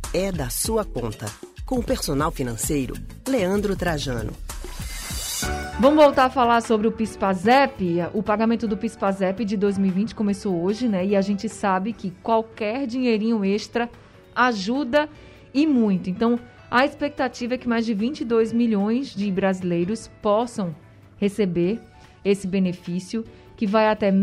é da sua conta. Com o personal financeiro, Leandro Trajano. Vamos voltar a falar sobre o PIS/PASEP. O pagamento do PIS/PASEP de 2020 começou hoje, né? E a gente sabe que qualquer dinheirinho extra ajuda e muito. Então, a expectativa é que mais de 22 milhões de brasileiros possam receber esse benefício, que vai até R$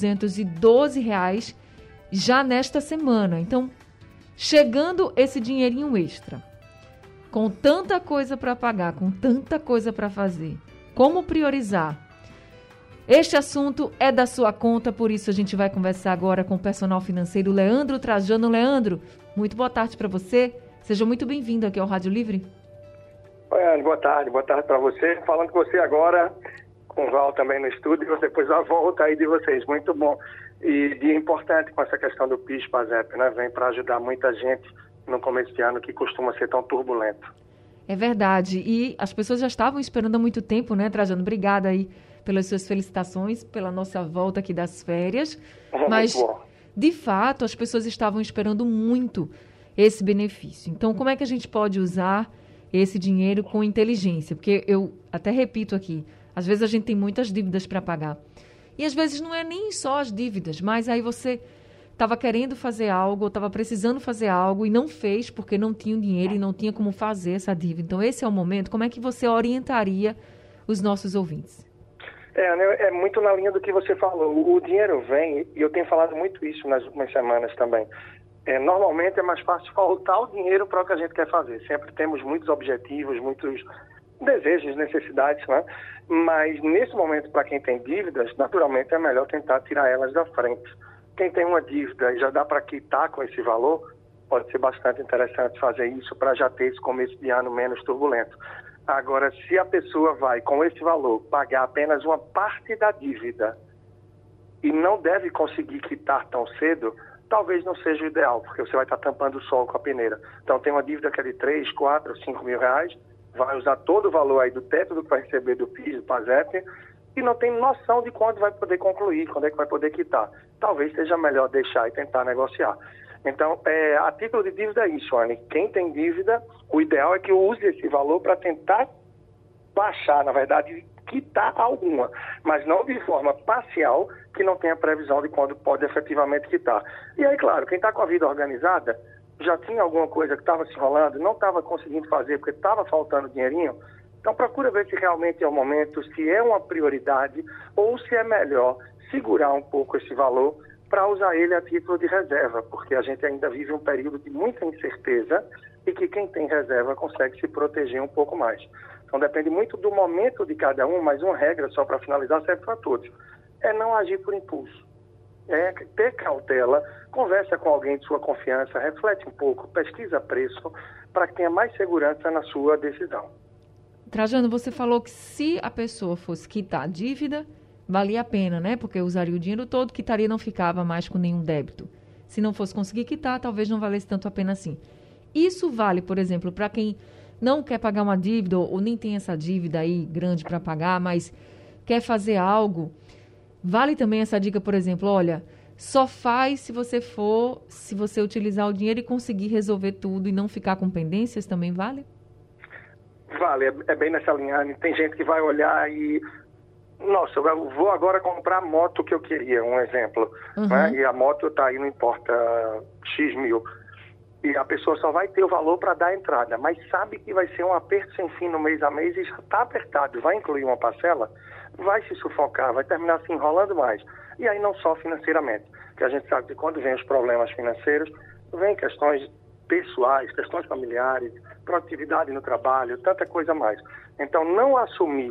1.212 já nesta semana. Então, chegando esse dinheirinho extra, com tanta coisa para pagar, com tanta coisa para fazer, como priorizar? Este assunto é da sua conta, por isso a gente vai conversar agora com o personal financeiro Leandro Trajano. Leandro, muito boa tarde para você. Seja muito bem-vindo aqui ao Rádio Livre. Oi, Anne, boa tarde para você. Falando com você agora, com o Val também no estúdio, e depois a volta aí de vocês. Muito bom. E dia importante com essa questão do PIS/PASEP, né? Vem para ajudar muita gente no começo de ano que costuma ser tão turbulento. É verdade. E as pessoas já estavam esperando há muito tempo, né, Trajano? Obrigada aí pelas suas felicitações, pela nossa volta aqui das férias. Mas, de fato, as pessoas estavam esperando muito esse benefício. Então, como é que a gente pode usar esse dinheiro com inteligência? Porque eu até repito aqui, às vezes a gente tem muitas dívidas para pagar. E às vezes não é nem só as dívidas, mas aí você estava querendo fazer algo, estava precisando fazer algo e não fez porque não tinha o dinheiro e não tinha como fazer essa dívida. Então, esse é o momento. Como é que você orientaria os nossos ouvintes? É muito na linha do que você falou. O dinheiro vem, e eu tenho falado muito isso nas últimas semanas também. Normalmente é mais fácil faltar o dinheiro para o que a gente quer fazer. Sempre temos muitos objetivos, muitos desejos, necessidades, né? Mas nesse momento, para quem tem dívidas, naturalmente é melhor tentar tirar elas da frente. Quem tem uma dívida e já dá para quitar com esse valor, pode ser bastante interessante fazer isso para já ter esse começo de ano menos turbulento. Agora, se a pessoa vai com esse valor pagar apenas uma parte da dívida e não deve conseguir quitar tão cedo, talvez não seja o ideal, porque você vai estar tampando o sol com a peneira. Então, tem uma dívida que é de 3, 4, 5 mil reais, vai usar todo o valor aí do teto do que vai receber do PIS, do PASEP, e não tem noção de quando vai poder concluir, quando é que vai poder quitar. Talvez seja melhor deixar e tentar negociar. Então, a título de dívida é isso, Anne. Quem tem dívida, o ideal é que use esse valor para tentar baixar, na verdade, quitar alguma, mas não de forma parcial, que não tenha previsão de quando pode efetivamente quitar. E aí, claro, quem está com a vida organizada, já tinha alguma coisa que estava se enrolando, não estava conseguindo fazer porque estava faltando dinheirinho, então procura ver se realmente é o momento, se é uma prioridade ou se é melhor segurar um pouco esse valor para usar ele a título de reserva, porque a gente ainda vive um período de muita incerteza e que quem tem reserva consegue se proteger um pouco mais. Então depende muito do momento de cada um, mas uma regra, só para finalizar, serve para todos. É não agir por impulso. É ter cautela, conversa com alguém de sua confiança, reflete um pouco, pesquisa preço, para que tenha mais segurança na sua decisão. Trajano, você falou que se a pessoa fosse quitar a dívida, valia a pena, né? Porque usaria o dinheiro todo, quitaria e não ficava mais com nenhum débito. Se não fosse conseguir quitar, talvez não valesse tanto a pena assim. Isso vale, por exemplo, para quem não quer pagar uma dívida ou nem tem essa dívida aí grande para pagar, mas quer fazer algo. Vale também essa dica, por exemplo, olha, só faz se você utilizar o dinheiro e conseguir resolver tudo e não ficar com pendências, também vale? Vale, é bem nessa linha. Tem gente que vai olhar e... Nossa, eu vou agora comprar a moto que eu queria, um exemplo. Né? E a moto está aí, não importa, X mil. E a pessoa só vai ter o valor para dar a entrada, mas sabe que vai ser um aperto sem fim no mês a mês e já está apertado, vai incluir uma parcela, vai se sufocar, vai terminar se enrolando mais. E aí não só financeiramente, porque a gente sabe que quando vem os problemas financeiros, vem questões pessoais, questões familiares, produtividade no trabalho, tanta coisa mais. Então não assumir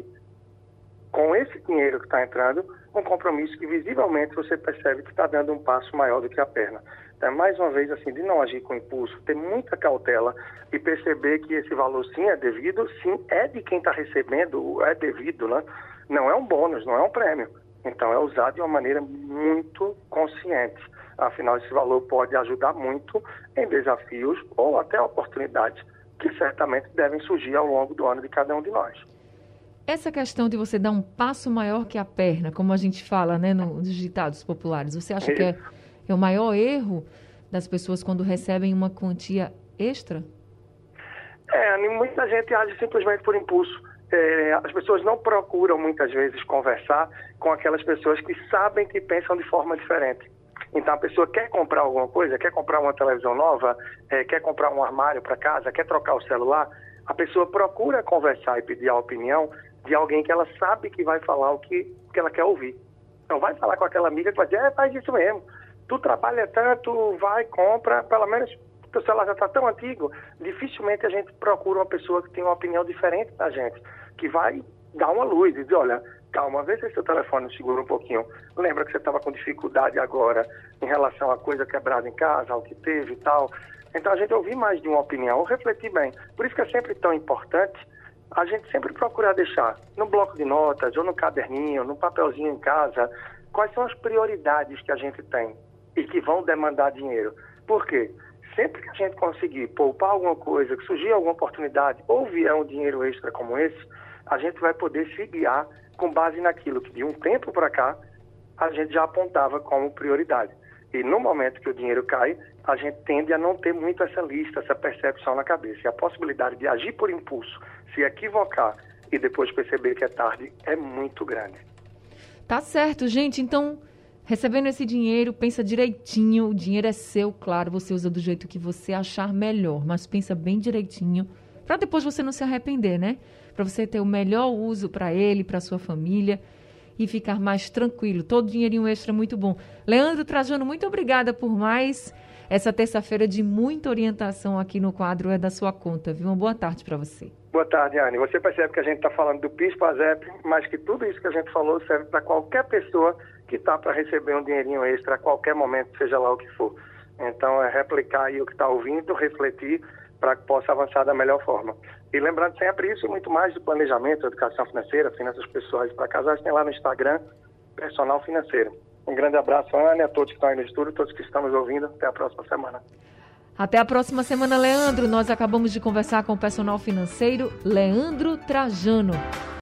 com esse dinheiro que está entrando um compromisso que visivelmente você percebe que está dando um passo maior do que a perna. Então, mais uma vez, assim, de não agir com impulso, ter muita cautela e perceber que esse valor sim é devido, sim é de quem está recebendo, é devido, né? Não é um bônus, não é um prêmio. Então é usado de uma maneira muito consciente. Afinal, esse valor pode ajudar muito em desafios ou até oportunidades que certamente devem surgir ao longo do ano de cada um de nós. Essa questão de você dar um passo maior que a perna, como a gente fala, né, nos ditados populares, você acha que é o maior erro das pessoas quando recebem uma quantia extra? Muita gente age simplesmente por impulso. As pessoas não procuram muitas vezes conversar com aquelas pessoas que sabem que pensam de forma diferente. Então a pessoa quer comprar alguma coisa, quer comprar uma televisão nova, quer comprar um armário para casa, quer trocar o celular, a pessoa procura conversar e pedir a opinião de alguém que ela sabe que vai falar o que ela quer ouvir. Então vai falar com aquela amiga que vai dizer, faz isso mesmo, tu trabalha tanto, vai, compra, pelo menos o teu celular já está tão antigo, dificilmente a gente procura uma pessoa que tem uma opinião diferente da gente, que vai dar uma luz e dizer, olha, calma, vê se seu telefone segura um pouquinho. Lembra que você estava com dificuldade agora em relação a coisa quebrada em casa, ao que teve e tal. Então, a gente ouvir mais de uma opinião, ou refletir bem. Por isso que é sempre tão importante a gente sempre procurar deixar no bloco de notas, ou no caderninho, no papelzinho em casa, quais são as prioridades que a gente tem e que vão demandar dinheiro. Por quê? Sempre que a gente conseguir poupar alguma coisa, que surgir alguma oportunidade, ou vier um dinheiro extra como esse, a gente vai poder se guiar com base naquilo que de um tempo para cá a gente já apontava como prioridade. E no momento que o dinheiro cai, a gente tende a não ter muito essa lista, essa percepção na cabeça. E a possibilidade de agir por impulso, se equivocar e depois perceber que é tarde, é muito grande. Tá certo, gente. Então, recebendo esse dinheiro, pensa direitinho. O dinheiro é seu, claro, você usa do jeito que você achar melhor, mas pensa bem direitinho, para depois você não se arrepender, né? Para você ter o melhor uso para ele, para sua família e ficar mais tranquilo. Todo dinheirinho extra é muito bom. Leandro Trajano, muito obrigada por mais essa terça-feira de muita orientação aqui no quadro É da Sua Conta, viu? Uma boa tarde para você. Boa tarde, Anne. Você percebe que a gente está falando do PIS/PASEP, mas que tudo isso que a gente falou serve para qualquer pessoa que está para receber um dinheirinho extra a qualquer momento, seja lá o que for. Então, é replicar aí o que está ouvindo, refletir para que possa avançar da melhor forma. E lembrando sempre isso e muito mais do planejamento, educação financeira, finanças pessoais para casais, tem lá no Instagram, Personal Financeiro. Um grande abraço, Ana, a todos que estão aí no estúdio, todos que estão nos ouvindo. Até a próxima semana. Até a próxima semana, Leandro. Nós acabamos de conversar com o personal financeiro Leandro Trajano.